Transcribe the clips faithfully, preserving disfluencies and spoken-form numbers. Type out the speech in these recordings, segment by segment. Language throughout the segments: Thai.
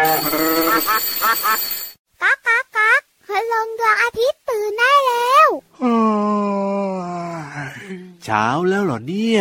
ก๊ากก๊ากก๊ากคืนลงดวงอาทิตย์ตื่นได้แล้วเช้าแล้วเหรอเนี่ย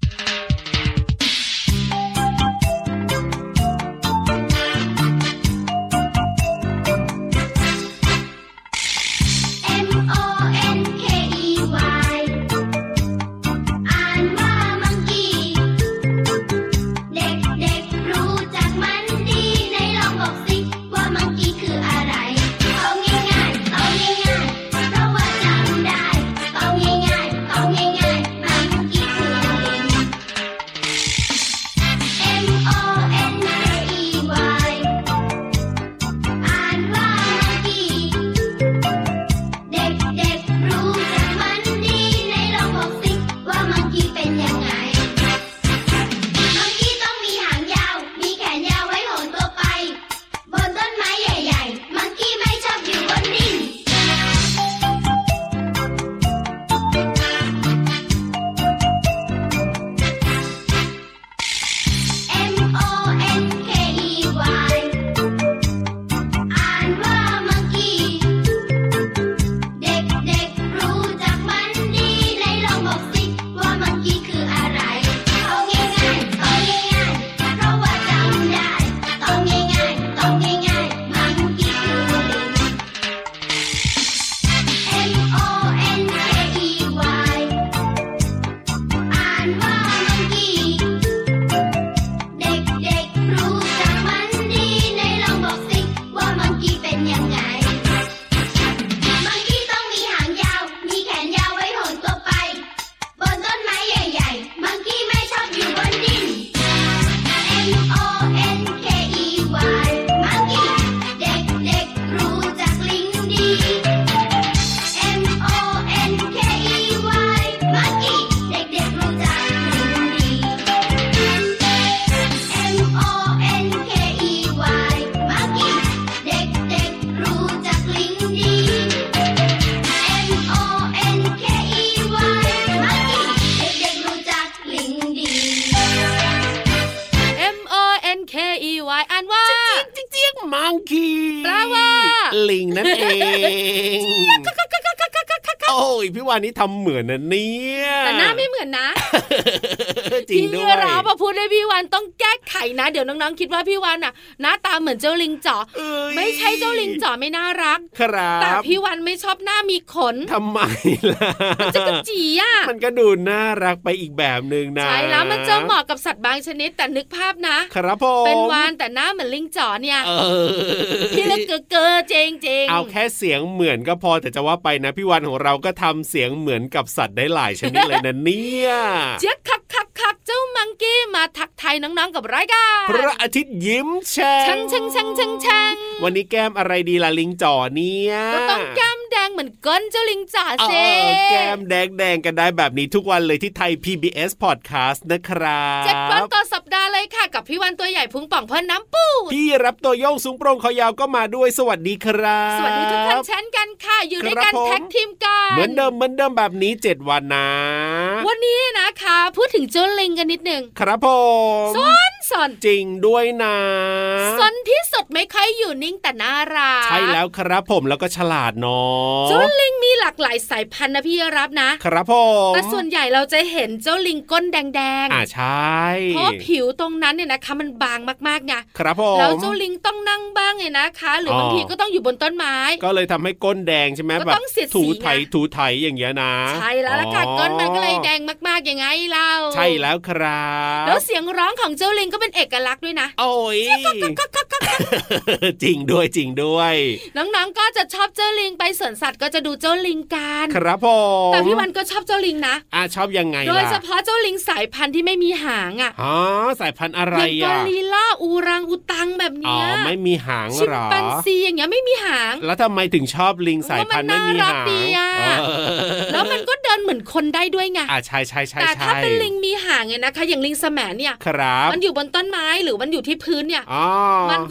ลิงนั่นเองโอ้ยพี่วานนี่ทำเหมือนนะเนี่ยแต่หน้าไม่เหมือนนะจริงด้วยพี่รับพูดได้พี่วานต้องแก้ไขนะเดี๋ยวน้องๆคิดว่าพี่วานน่ะหน้าตาเหมือนเจ้าลิงจ๋อไม่ใช่เจ้าลิงจ๋อไม่น่ารักครับแต่พี่วานไม่ชอบหน้ามีขนทำไมล่ะมันจะกระจีอ่ะมันก็ดูน่ารักไปอีกแบบนึงนะใช่แล้วมันจะเหมาะกับสัตว์บางชนิดแต่นึกภาพนะครับผมเป็นวานแต่หน้าเหมือนลิงจ๋อเนี่ยพี่เล็กเก๋อเก๋อเจงเจงเอาแค่เสียงเหมือนก็พอแต่จะว่าไปนะพี่วานของเราก็ทำเสียงเหมือนกับสัตว์ได้หลายชนิดเลยนะเนี่ยเจ๊ยคักคักคักเจ้ามังกี้มาทักทายน้องๆกับรายการพระอาทิตย์ยิ้มแฉ่งชังชังชังชังชังวันนี้แก้มอะไรดีล่ะลิงจ๋อเนี่ยก็ต้องแก้มแดงเหมือนก้นเจ้าลิงจ๋อเซ่แก้มแดงแดงกันได้แบบนี้ทุกวันเลยที่ไทย พี บี เอส Podcast นะครับเจ็ดวันต่อสัปดาห์เลยค่ะกับพี่วันตัวใหญ่พุงป่องพ่นน้ำปูพี่รับตัวโยงสูงโปร่งคอยาวก็มาด้วยสวัสดีครับสวัสดีทุกท่านเช่นกันค่ะอยู่ในการแท็กทีมกันเหมือนเดิมเหมือนเดิมแบบนี้เจ็ดวันนะวันนี้นะคะพูดถึงเจ้าลิงกันนิดนึงครับผมซนซนจริงด้วยนะซนที่สุดไม่ค่อยอยู่นิ่งแต่น่ารักใช่แล้วครับผมแล้วก็ฉลาดเนาะเจ้าลิงมีหลากหลายสายพันธุ์นะพี่รับนะครับผมแต่ส่วนใหญ่เราจะเห็นเจ้าลิงก้นแดงๆอ่าใช่เพราะผิวตรงนั้นเนี่ยนะคะมันบางมากๆไงครับผมแล้วเจ้าลิงต้องนั่งบ้างไงนะคะหรือบางทีก็ต้องอยู่บนต้นไม้ก็เลยทำให้ก้นแดงใช่ไหมแบบถูไถถูไถอย่างเงี้ยนะใช่แล้วล่ะค่ะก้นมันก็เลยแดงมากๆอย่างไงเราใช่แล้วครับแล้วเสียงร้องของเจ้าลิงก็เป็นเอกลักษณ์ด้วยนะโอ้ยจริงด้วยจริงด้วยน้องๆก็จะชอบเจ้าลิงไปสวนสัตว์ก็จะดูเจ้าลิงกันครับผมแต่พี่วันก็ชอบเจ้าลิงนะอ่ะชอบยังไงล่ะโดยเฉพาะเจ้าลิงสายพันธุ์ที่ไม่มีหางอ่ะอ๋อสายพันธุ์อะไรอ่ะอย่างกอริลลาอูรังอุตังแบบเนี้ยอ๋อไม่มีหางหรอชิมแปนซีอย่างเงี้ยไม่มีหางแล้วทำไมถึงชอบลิงสายพันธุ์ไม่มีหางแล้วมันก็เดินเหมือนคนได้ด้วยไงอ่ะใช่ใช่ใช่แต่ถ้าเป็นลิงมีหางเนี่ยนะคะอย่างลิงแสมเนี่ยครับมันอยู่บนต้นไม้หรือมันอยู่ที่พื้นเนี่ยมันก็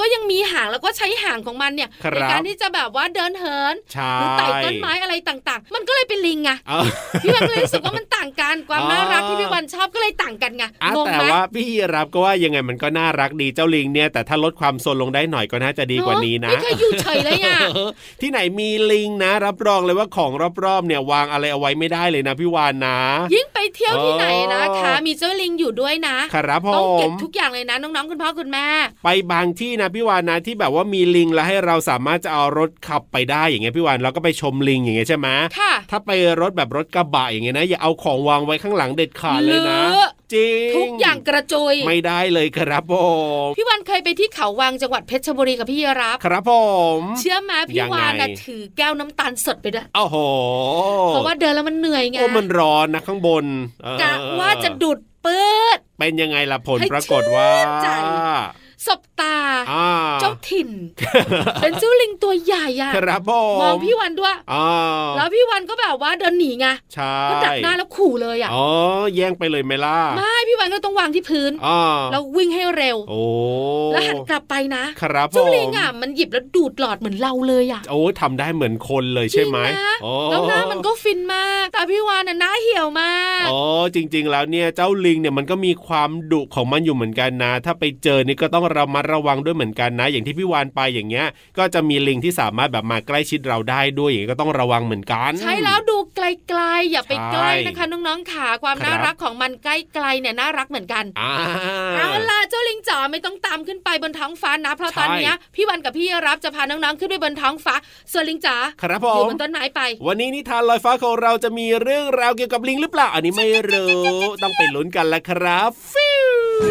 ก็ยังมีหางแล้วก็ใช้หางของมันเนี่ยในการที่จะแบบว่าเดินเหินหรือไต่ต้นไม้อะไรต่างๆมันก็เลยเป็นลิงไงพี่วันเลยรู้สึกว่ามันต่างกันความน่ารักที่พี่วันชอบก็เลยต่างกันไงงงไหมแต่ว่าพี่รับก็ว่ายังไงมันก็น่ารักดีเจ้าลิงเนี่ยแต่ถ้าลดความโซนลงได้หน่อยก็น่าจะดีกว่านี้นะไม่เคยอยู่เฉยเลยอ่ะที่ไหนมีลิงนะรับรองเลยว่าของรอบๆเนี่ยวางอะไรเอาไว้ไม่ได้เลยนะพี่วานนะยิ่งไปเที่ยวที่ไหนนะคะมีเจ้าลิงอยู่ด้วยนะครับผมต้องเก็บทุกอย่างเลยนะน้องๆคุณพ่อคุณแม่ไปบางที่นะพี่วานนะที่แบบว่ามีลิงแล้วให้เราสามารถจะเอารถขับไปได้อย่างเงี้ยพี่วานเราก็ไปชมลิงอย่างเงี้ยใช่ไหมค่ะถ้าไปรถแบบรถกระบะอย่างเงี้ยนะอย่าเอาของวางไว้ข้างหลังเด็ดขาดเลยนะจริงทุกอย่างกระจุยไม่ได้เลยครับผมพี่วานเคยไปที่เขาวังจังหวัดเพชรบุรีกับพี่รับครับผมเชื่อไหมพี่วานน่ะถือแก้วน้ำตาลสดไปด้วยโอ้โหเพราะว่าเดินแล้วมันเหนื่อยไงโอ้มันร้อนนะข้างบนกะว่าจะดุดปื๊ดเป็นยังไงล่ะผลปรากฏว่าสบตาเจ้าถิ่นเป็นเจ้าลิงตัวใหญ่อะครับผมมองพี่วันด้วยแล้วพี่วันก็แบบว่าเดินหนีไงก็ดักหน้าแล้วขู่เลยอะอ๋อแย่งไปเลยไหมล่ะไม่พี่วันก็ต้องวางที่พื้นแล้ววิ่งให้เร็วแล้วหันกลับไปนะครับเจ้าลิงอะมันหยิบแล้วดูดหลอดเหมือนเราเลยอะโอ้ทำได้เหมือนคนเลยใช่ไหมแล้วหน้ามันก็ฟินมากแต่พี่วันน่ะหน้าเหี่ยวมากอ๋อจริงๆแล้วเนี่ยเจ้าลิงเนี่ยมันก็มีความดุของมันอยู่เหมือนกันนะถ้าไปเจอนี่ก็ต้องระมัดระวังด้วยเหมือนกันนะอย่างที่พี่วานไปอย่างเงี้ยก็จะมีลิงที่สามารถแบบมาใกล้ชิดเราได้ด้วยอย่างนี้ก็ต้องระวังเหมือนกันใช่แล้วดูไกลๆอย่าไปใกล้นะคะน้องๆขาความน่ารักของมันใกล้ๆเนี่ยน่ารักเหมือนกันเอาล่ะเจ้าลิงจ๋อไม่ต้องตามขึ้นไปบนท้องฟ้านะเพราะตอนนี้พี่วันกับพี่รับจะพาน้องๆขึ้นไปบนท้องฟ้าส่วนลิงจ๋ออยู่บนต้นไม้ไปวันนี้นิทานลอยฟ้าของเราจะมีเรื่องราวเกี่ยวกับลิงหรือเปล่าอันนี้ไม่รู้ต้องไปลุ้นกันละครับฟิว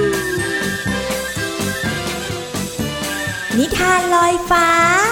นิทานลอยฟ้า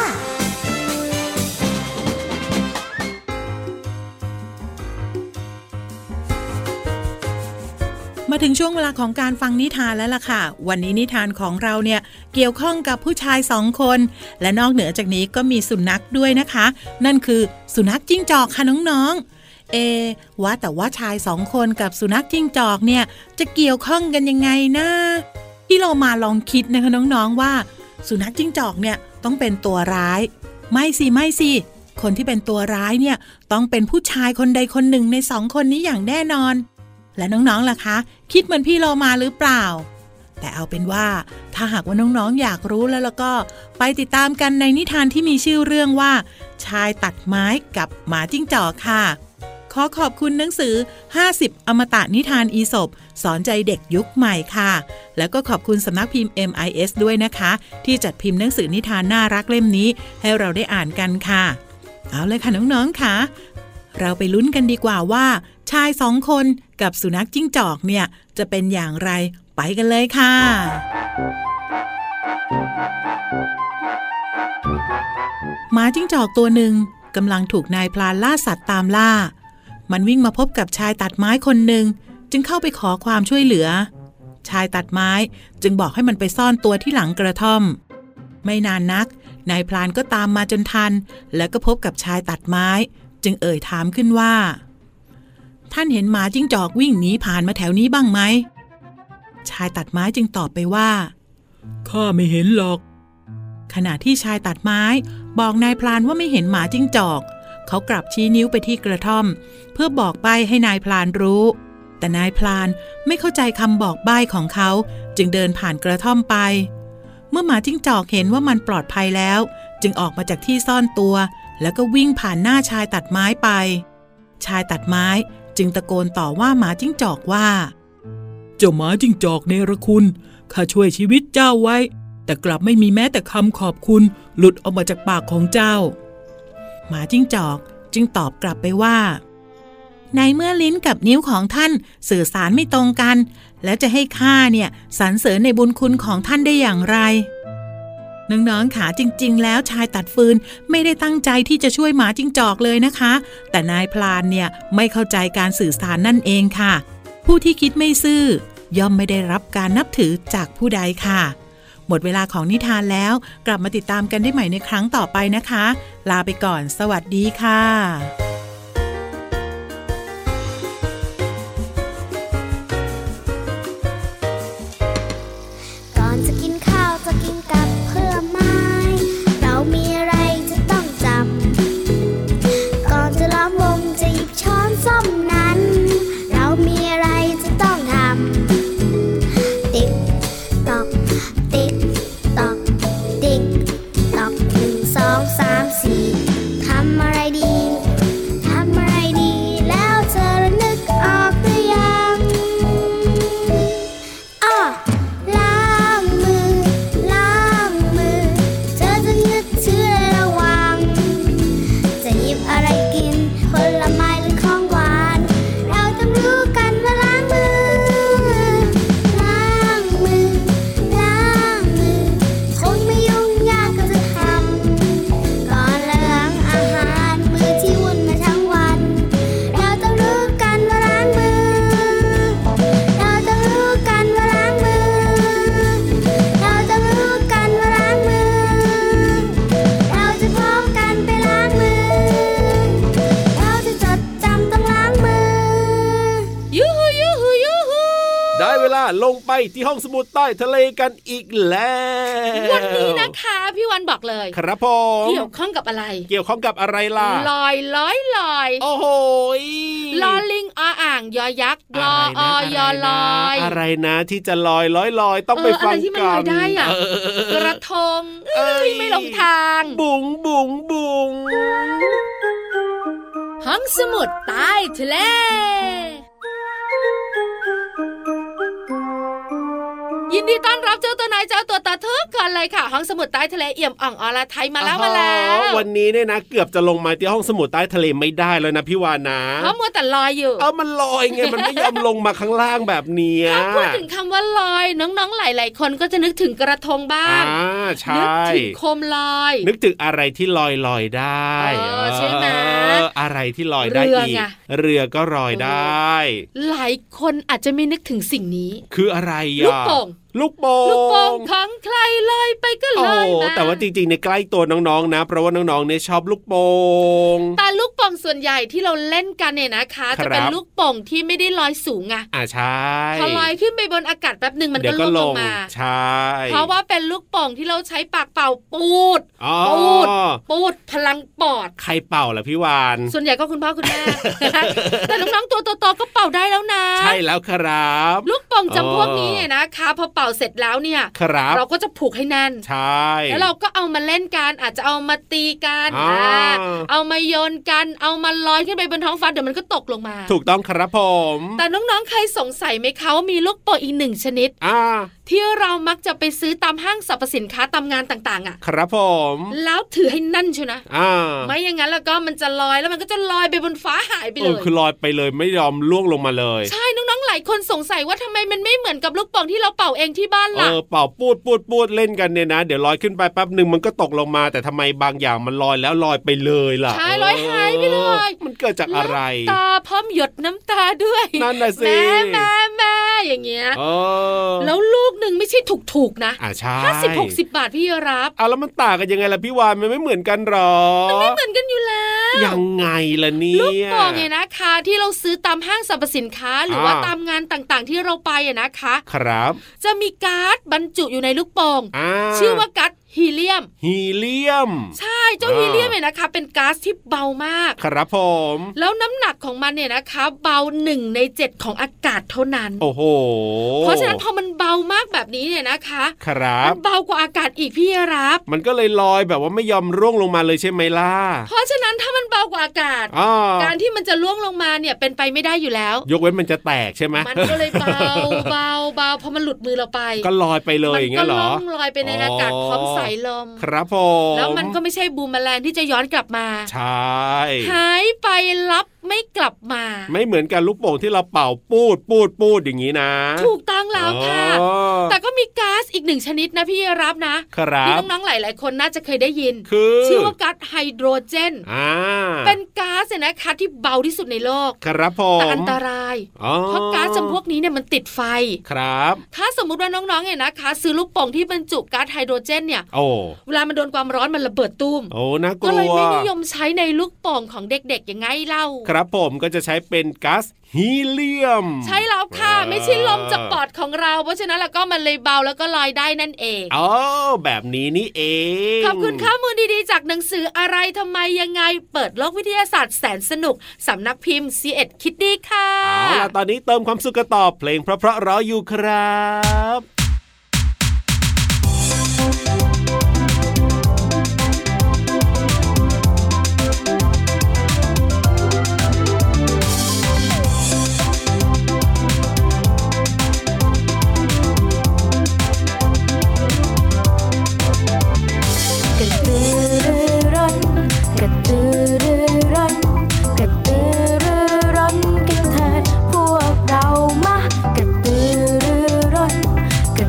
มาถึงช่วงเวลาของการฟังนิทานแล้วล่ะค่ะวันนี้นิทานของเราเนี่ยเกี่ยวข้องกับผู้ชายสองคนและนอกเหนือจากนี้ก็มีสุนัขด้วยนะคะนั่นคือสุนัขจิ้งจอกค่ะน้องๆเอว่าแต่ว่าชายสองคนกับสุนัขจิ้งจอกเนี่ยจะเกี่ยวข้องกันยังไงนะที่เรามาลองคิดนะคะน้องๆว่าสุนัขจิ้งจอกเนี่ยต้องเป็นตัวร้ายไม่สิไม่สิคนที่เป็นตัวร้ายเนี่ยต้องเป็นผู้ชายคนใดคนหนึ่งในสองคนนี้อย่างแน่นอนและน้องๆล่ะคะคิดเหมือนพี่โลมาหรือเปล่าแต่เอาเป็นว่าถ้าหากว่าน้องๆอยากรู้แล้วแล้วก็ไปติดตามกันในนิทานที่มีชื่อเรื่องว่าชายตัดไม้กับหมาจิ้งจอกค่ะขอขอบคุณหนังสือห้าสิบอมตะนิทานอีสปสอนใจเด็กยุคใหม่ค่ะแล้วก็ขอบคุณสำนักพิมพ์ เอ็ม ไอ เอส ด้วยนะคะที่จัดพิมพ์หนังสือนิทานน่ารักเล่มนี้ให้เราได้อ่านกันค่ะเอาเลยค่ะน้องๆค่ะเราไปลุ้นกันดีกว่าว่าชายสองคนกับสุนัขจิ้งจอกเนี่ยจะเป็นอย่างไรไปกันเลยค่ะหมาจิ้งจอกตัวหนึ่งกำลังถูกนายพรานล่าสัตว์ตามล่ามันวิ่งมาพบกับชายตัดไม้คนหนึ่งจึงเข้าไปขอความช่วยเหลือชายตัดไม้จึงบอกให้มันไปซ่อนตัวที่หลังกระท่อมไม่นานนักนายพรานก็ตามมาจนทันแล้วก็พบกับชายตัดไม้จึงเอ่ยถามขึ้นว่าท่านเห็นหมาจิ้งจอกวิ่งหนีผ่านมาแถวนี้บ้างไหมชายตัดไม้จึงตอบไปว่าข้าไม่เห็นหรอกขณะที่ชายตัดไม้บอกนายพรานว่าไม่เห็นหมาจิ้งจอกเขากลับชี้นิ้วไปที่กระท่อมเพื่อบอกใบ้ให้นายพรานรู้แต่นายพรานไม่เข้าใจคำบอกใบ้ของเขาจึงเดินผ่านกระท่อมไปเมื่อหมาจิ้งจอกเห็นว่ามันปลอดภัยแล้วจึงออกมาจากที่ซ่อนตัวแล้วก็วิ่งผ่านหน้าชายตัดไม้ไปชายตัดไม้จึงตะโกนต่อว่าหมาจิ้งจอกว่าเจ้าหมาจิ้งจอกเนรคุณข้าช่วยชีวิตเจ้าไว้แต่กลับไม่มีแม้แต่คำขอบคุณหลุดออกมาจากปากของเจ้าหมาจิ้งจอกจึงตอบกลับไปว่าในเมื่อลิ้นกับนิ้วของท่านสื่อสารไม่ตรงกันแล้วจะให้ข้าเนี่ยสรรเสริญในบุญคุณของท่านได้อย่างไรน้องๆขาจริงๆแล้วชายตัดฟืนไม่ได้ตั้งใจที่จะช่วยหมาจิ้งจอกเลยนะคะแต่นายพรานเนี่ยไม่เข้าใจการสื่อสารนั่นเองค่ะผู้ที่คิดไม่ซื่อย่อมไม่ได้รับการนับถือจากผู้ใดค่ะหมดเวลาของนิทานแล้วกลับมาติดตามกันได้ใหม่ในครั้งต่อไปนะคะลาไปก่อนสวัสดีค่ะก่อนจะกินข้าวจะกินกับเพื่อนงไปที่ห้องสมุดใต้ทะเลกันอีกแล้ววันนี้นะคะพี่วันบอกเลยครับผมเกี่ยวข้องกับอะไรเกี่ยวข้องกับอะไรล่ะลอยลอยลอยโอ้โหลอลิงออ่างยอยักษ์ลออยอลอยอะไรนะที่จะลอยลอยลอยต้องไปฟังกันอะไรที่มันลอยได้อะกระทงไม่ลงทางบุ๋งบุ๋งบุ๋งห้องสมุดใต้ทะเลยินดีต้อนรับเจ้าตัวนายเจ้าตัวตาทุกคนเลยค่ะห้องสมุดใต้ทะเลเอี่ยมอ่องอรไทยมาแล้วมาแล้ววันนี้เนี่ยนะเกือบจะลงมาที่ห้องสมุดใต้ทะเลไม่ได้แล้วนะพี่วานะเพราะมัวแต่ลอยอยู่เออมันลอยไงมันไม่ยอมลงมาข้างล่างแบบนี้ถ้าพูดถึงคำว่าลอยน้องๆหลายๆคนก็จะนึกถึงกระทงบ้างอ่าใช่นึกถึงโคมลอยนึกถึงอะไรที่ลอยลอยได้ใช่ไหมอะไรที่ลอยได้อีกเรือก็ลอยได้หลายคนอาจจะไม่นึกถึงสิ่งนี้คืออะไรอ่ะลูกโป่งลูกโป่งลูกโป่งของใครลอยไปก็ลอยมาแต่ว่าจริงๆในใกล้ตัวน้องๆนะเพราะว่าน้องๆเนี่ยชอบลูกโป่งแต่ลูกโป่งส่วนใหญ่ที่เราเล่นกันเนี่ยนะคะจะเป็นลูกโป่งที่ไม่ได้ลอยสูงไงอ่าใช่พอลอยขึ้นไปบนอากาศแป๊บนึงมันก็ลงมาใช่เพราะว่าเป็นลูกโป่งที่เราใช้ปากเป่าปูดปูดปูดพลังปอดใครเป่าล่ะพี่วานส่วนใหญ่ก็คุณพ่อคุณแม่แต่น้องๆตัวโตๆก็เป่าได้แล้วนะใช่แล้วครับลูกโป่งจำพวกนี้เนี่ยนะคะพอเป่าเสร็จแล้วเนี่ยเราก็จะผูกให้แน่นใช่แล้วเราก็เอามาเล่นกันอาจจะเอามาตีกันเอามาโยนกันเอามาลอยขึ้นไปบนท้องฟ้าเดี๋ยวมันก็ตกลงมาถูกต้องครับผมแต่น้องๆเคยสงสัยไหมคะว่ามีลูกโป่งอีกหนึ่งชนิดที่เรามักจะไปซื้อตามห้างสรรพสินค้าตามงานต่างๆอ่ะครับผมแล้วถือให้นั่นใช่นะไม่อย่างนั้นแล้วก็มันจะลอยแล้วมันก็จะลอยไปบนฟ้าหายไปเลยคือลอยไปเลยไม่ยอมล่วงลงมาเลยใช่น้องๆหลายคนสงสัยว่าทำไมมันไม่เหมือนกับลูกโป่งที่เราเป่าเองที่บ้านล่ะเออเป่าปูดปูดปูดเล่นกันเนี่ยนะเดี๋ยวลอยขึ้นไปแป๊บนึงมันก็ตกลงมาแต่ทำไมบางอย่างมันลอยแล้วลอยไปเลยล่ะใช่ลอยหายไปเลยมันเกิดจากอะไรตาพร้อมหยดน้ำตาด้วยนั่นน่ะสิแม่แม่แม่อย่างเงี้ยแล้วลูกหนึ่งไม่ใช่ถูกๆนะอ่าใช่ห้าสิบหกสิบบาทพี่รับอ่ะแล้วมันต่างกันยังไงล่ะพี่วานมันไม่เหมือนกันหรอมันไม่เหมือนกันอยู่แล้วยังไงล่ะเนี่ยลูกโป่งเนี่ยนะคะที่เราซื้อตามห้างสรรพสินค้าหรือว่าตามงานต่างๆที่เราไปอะนะคะครับจะมีการ์ดบรรจุอยู่ในลูกโป่งชื่อว่าก๊าซฮีเลียมฮีเลียมใช่เจ้าฮีเลียมเนี่ยนะคะเป็นก๊าซที่เบามากครับผมแล้วน้ำหนักของมันเนี่ยนะคะเบาหนึ่งในเจ็ดของอากาศเท่านั้นโอ้โหเพราะฉะนั้นพอมันเบามากแบบนี้เนี่ยนะคะครับมันเบากว่าอากาศอีกพี่รับมันก็เลยลอยแบบว่าไม่ยอมร่วงลงมาเลยใช่ไหมล่ะเพราะฉะนั้นถ้ามันเบากว่าอากาศการที่มันจะร่วงลงมาเนี่ยเป็นไปไม่ได้อยู่แล้วยกเว้นมันจะแตกใช่ไหมมันก็เลยเบาเบาเบาพอมันหลุดมือเราไปก็ลอยไปเลยอย่างเงี้ยหรอมันก็ล่องลอยไปในอากาศพร้อมสายลมครับผมแล้วมันก็ไม่ใช่บูมแมลงที่จะย้อนกลับมาใช่หายไปลับไม่กลับมาไม่เหมือนกันลูกโป่งที่เราเป่าปูดปูดปูดอย่างนี้นะถูกต้องแล้วค่ะแต่ก็มีก๊าซอีกหนึ่งชนิดนะพี่รับนะที่น้องๆหลายๆคนน่าจะเคยได้ยินชื่อว่าก๊าซไฮโดรเจนเป็นก๊าซเนี่ยนะคะที่เบาที่สุดในโลกครับผมแต่อันตรายเพราะก๊าซจำพวกนี้เนี่ยมันติดไฟครับถ้าสมมุติว่าน้องๆเนี่ยนะคะซื้อลูกโป่งที่บรรจุก๊าซไฮโดรเจนเนี่ยเวลามันโดนความร้อนมันระเบิดตุ้มโอ้น่ากลัวก็เลยไม่นิยมใช้ในลูกโป่งของเด็กๆอย่างไงเล่าครับผมก็จะใช้เป็นก๊าซฮีเลียมใช่แล้วค่ะไม่ใช่ลมจากปอดของเราเพราะฉะนั้นแล้วก็มันเลยเบาแล้วก็ลอยได้นั่นเองอ๋อแบบนี้นี่เองขอบคุณข้อมูลดีๆจากหนังสืออะไรทำไมยังไงเปิดโลกวิทยาศาสตร์แสนสนุกสำนักพิมพ์ ซี เอ็ด คิดดีค่ะเอาล่ะตอนนี้เติมความสุขกันต่อเพลงเพราะๆรออยู่ครับก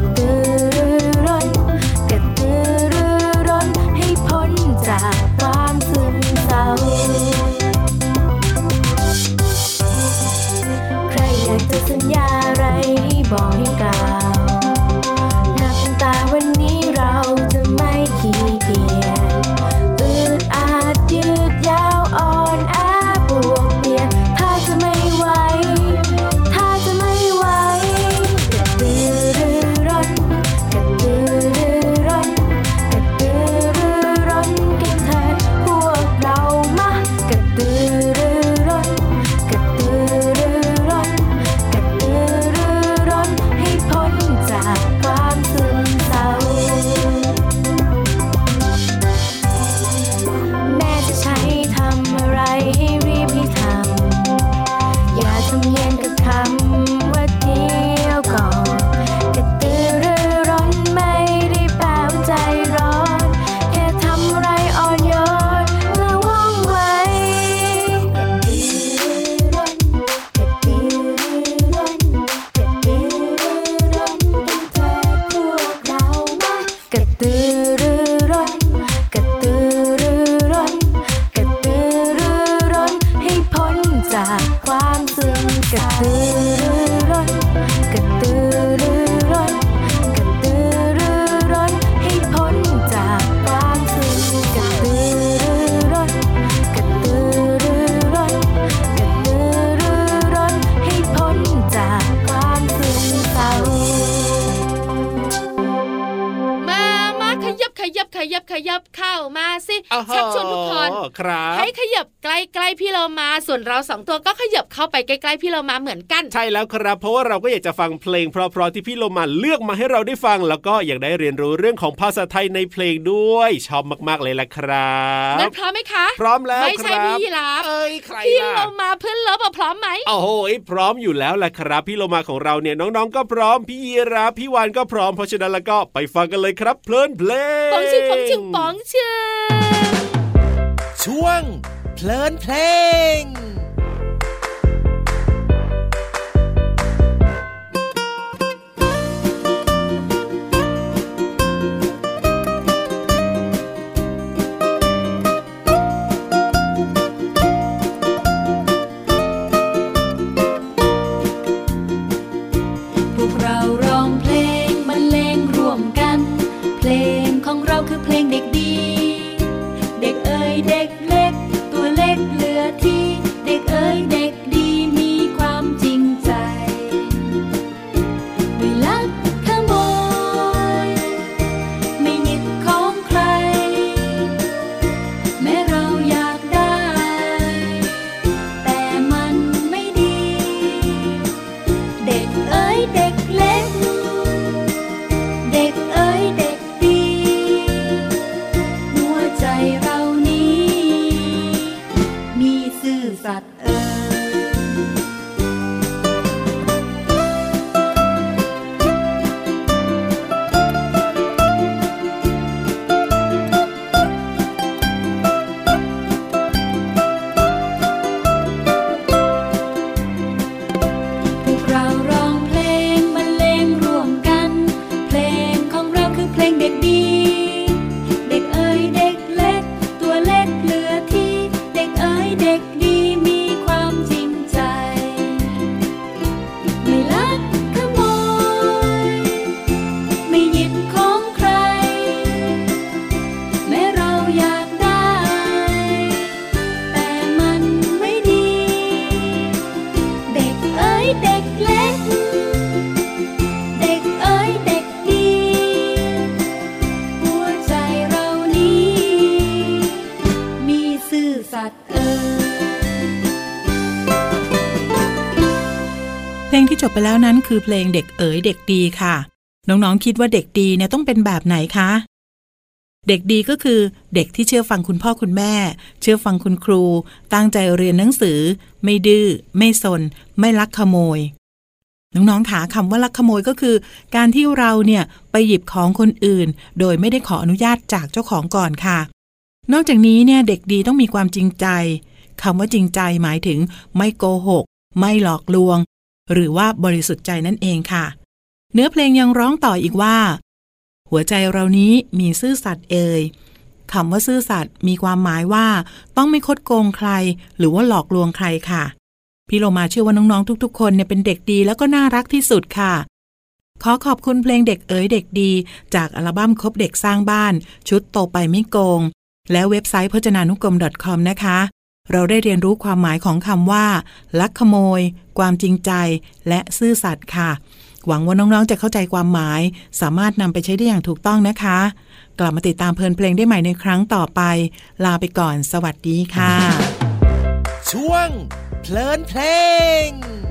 ขยับขยับขยับเข้ามาสิชักชวนทุกคนให้ขยับใกล้ๆพี่เรามาส่วนเราสองตัวก็ขยับเข้าไปใกล้ๆพี่เรามาเหมือนกันใช่แล้วครับเพราะว่าเราก็อยากจะฟังเพลงเพราะๆที่พี่เรามาเลือกมาให้เราได้ฟังแล้วก็อยากได้เรียนรู้เรื่องของภาษาไทยในเพลงด้วยชอบมากๆเลยล่ะครับงั้นพร้อมไหมคะพร้อมแล้วไม่ใช่พี่ลาเอ้ยใครล่ะพี่เรามาเพื่อนเลิฟพร้อมไหมโอ้โหพร้อมอยู่แล้วล่ะครับพี่เรามาของเราเนี่ยน้องๆก็พร้อมพี่ยีราฟพี่วานก็พร้อมเพราะฉะนั้นแล้วก็ไปฟังกันเลยครับเพลินเพลงป๋องชิงป๋องชิงป๋องเชื่อช่วงเพลินเพลงเพลงที่จบไปแล้วนั้นคือเพลงเด็กเอ๋ยเด็กดีค่ะน้องๆคิดว่าเด็กดีเนี่ยต้องเป็นแบบไหนคะเด็กดีก็คือเด็กที่เชื่อฟังคุณพ่อคุณแม่เชื่อฟังคุณครูตั้งใจเรียนหนังสือไม่ดื้อไม่ซนไม่ลักขโมยน้องๆขาคำว่าลักขโมยก็คือการที่เราเนี่ยไปหยิบของคนอื่นโดยไม่ได้ขออนุญาตจากเจ้าของก่อนค่ะนอกจากนี้เนี่ยเด็กดีต้องมีความจริงใจคำว่าจริงใจหมายถึงไม่โกหกไม่หลอกลวงหรือว่าบริสุทธิ์ใจนั่นเองค่ะเนื้อเพลงยังร้องต่ออีกว่าหัวใจเรานี้มีซื่อสัตย์เอ่ยคำว่าซื่อสัตย์มีความหมายว่าต้องไม่คดโกงใครหรือว่าหลอกลวงใครค่ะพี่โลมาเชื่อว่าน้องๆทุกๆคนเนี่ยเป็นเด็กดีแล้วก็น่ารักที่สุดค่ะขอขอบคุณเพลงเด็กเอ๋ยเด็กดีจากอัลบั้มคบเด็กสร้างบ้านชุดโตไปไม่โกงและเว็บไซต์พจนานุกรม .com นะคะเราได้เรียนรู้ความหมายของคำว่าลักขโมยความจริงใจและซื่อสัตย์ค่ะหวังว่าน้องๆจะเข้าใจความหมายสามารถนำไปใช้ได้อย่างถูกต้องนะคะกลับมาติดตามเพลินเพลงได้ใหม่ในครั้งต่อไปลาไปก่อนสวัสดีค่ะช่วงเพลินเพลง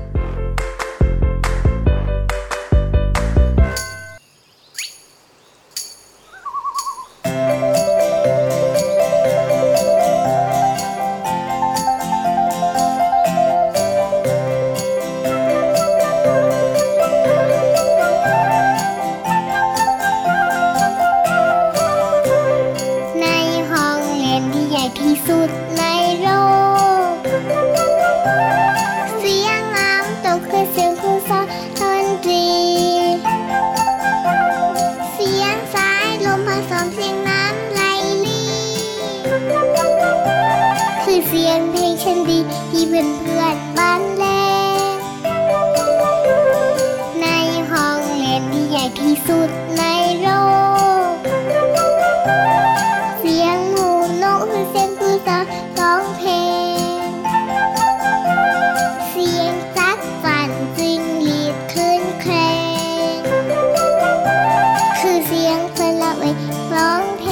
ที่เพื่อนเพื่อนบ้านเล่นในห้องเรียนที่ใหญ่ที่สุดในโลกเสียงหมูนกคือเสียงผู้สาวร้องเพลงเสียงจักฟันจิงหรีดขึ้นเครงคือเสียงเพื่อนละเวร้องเพล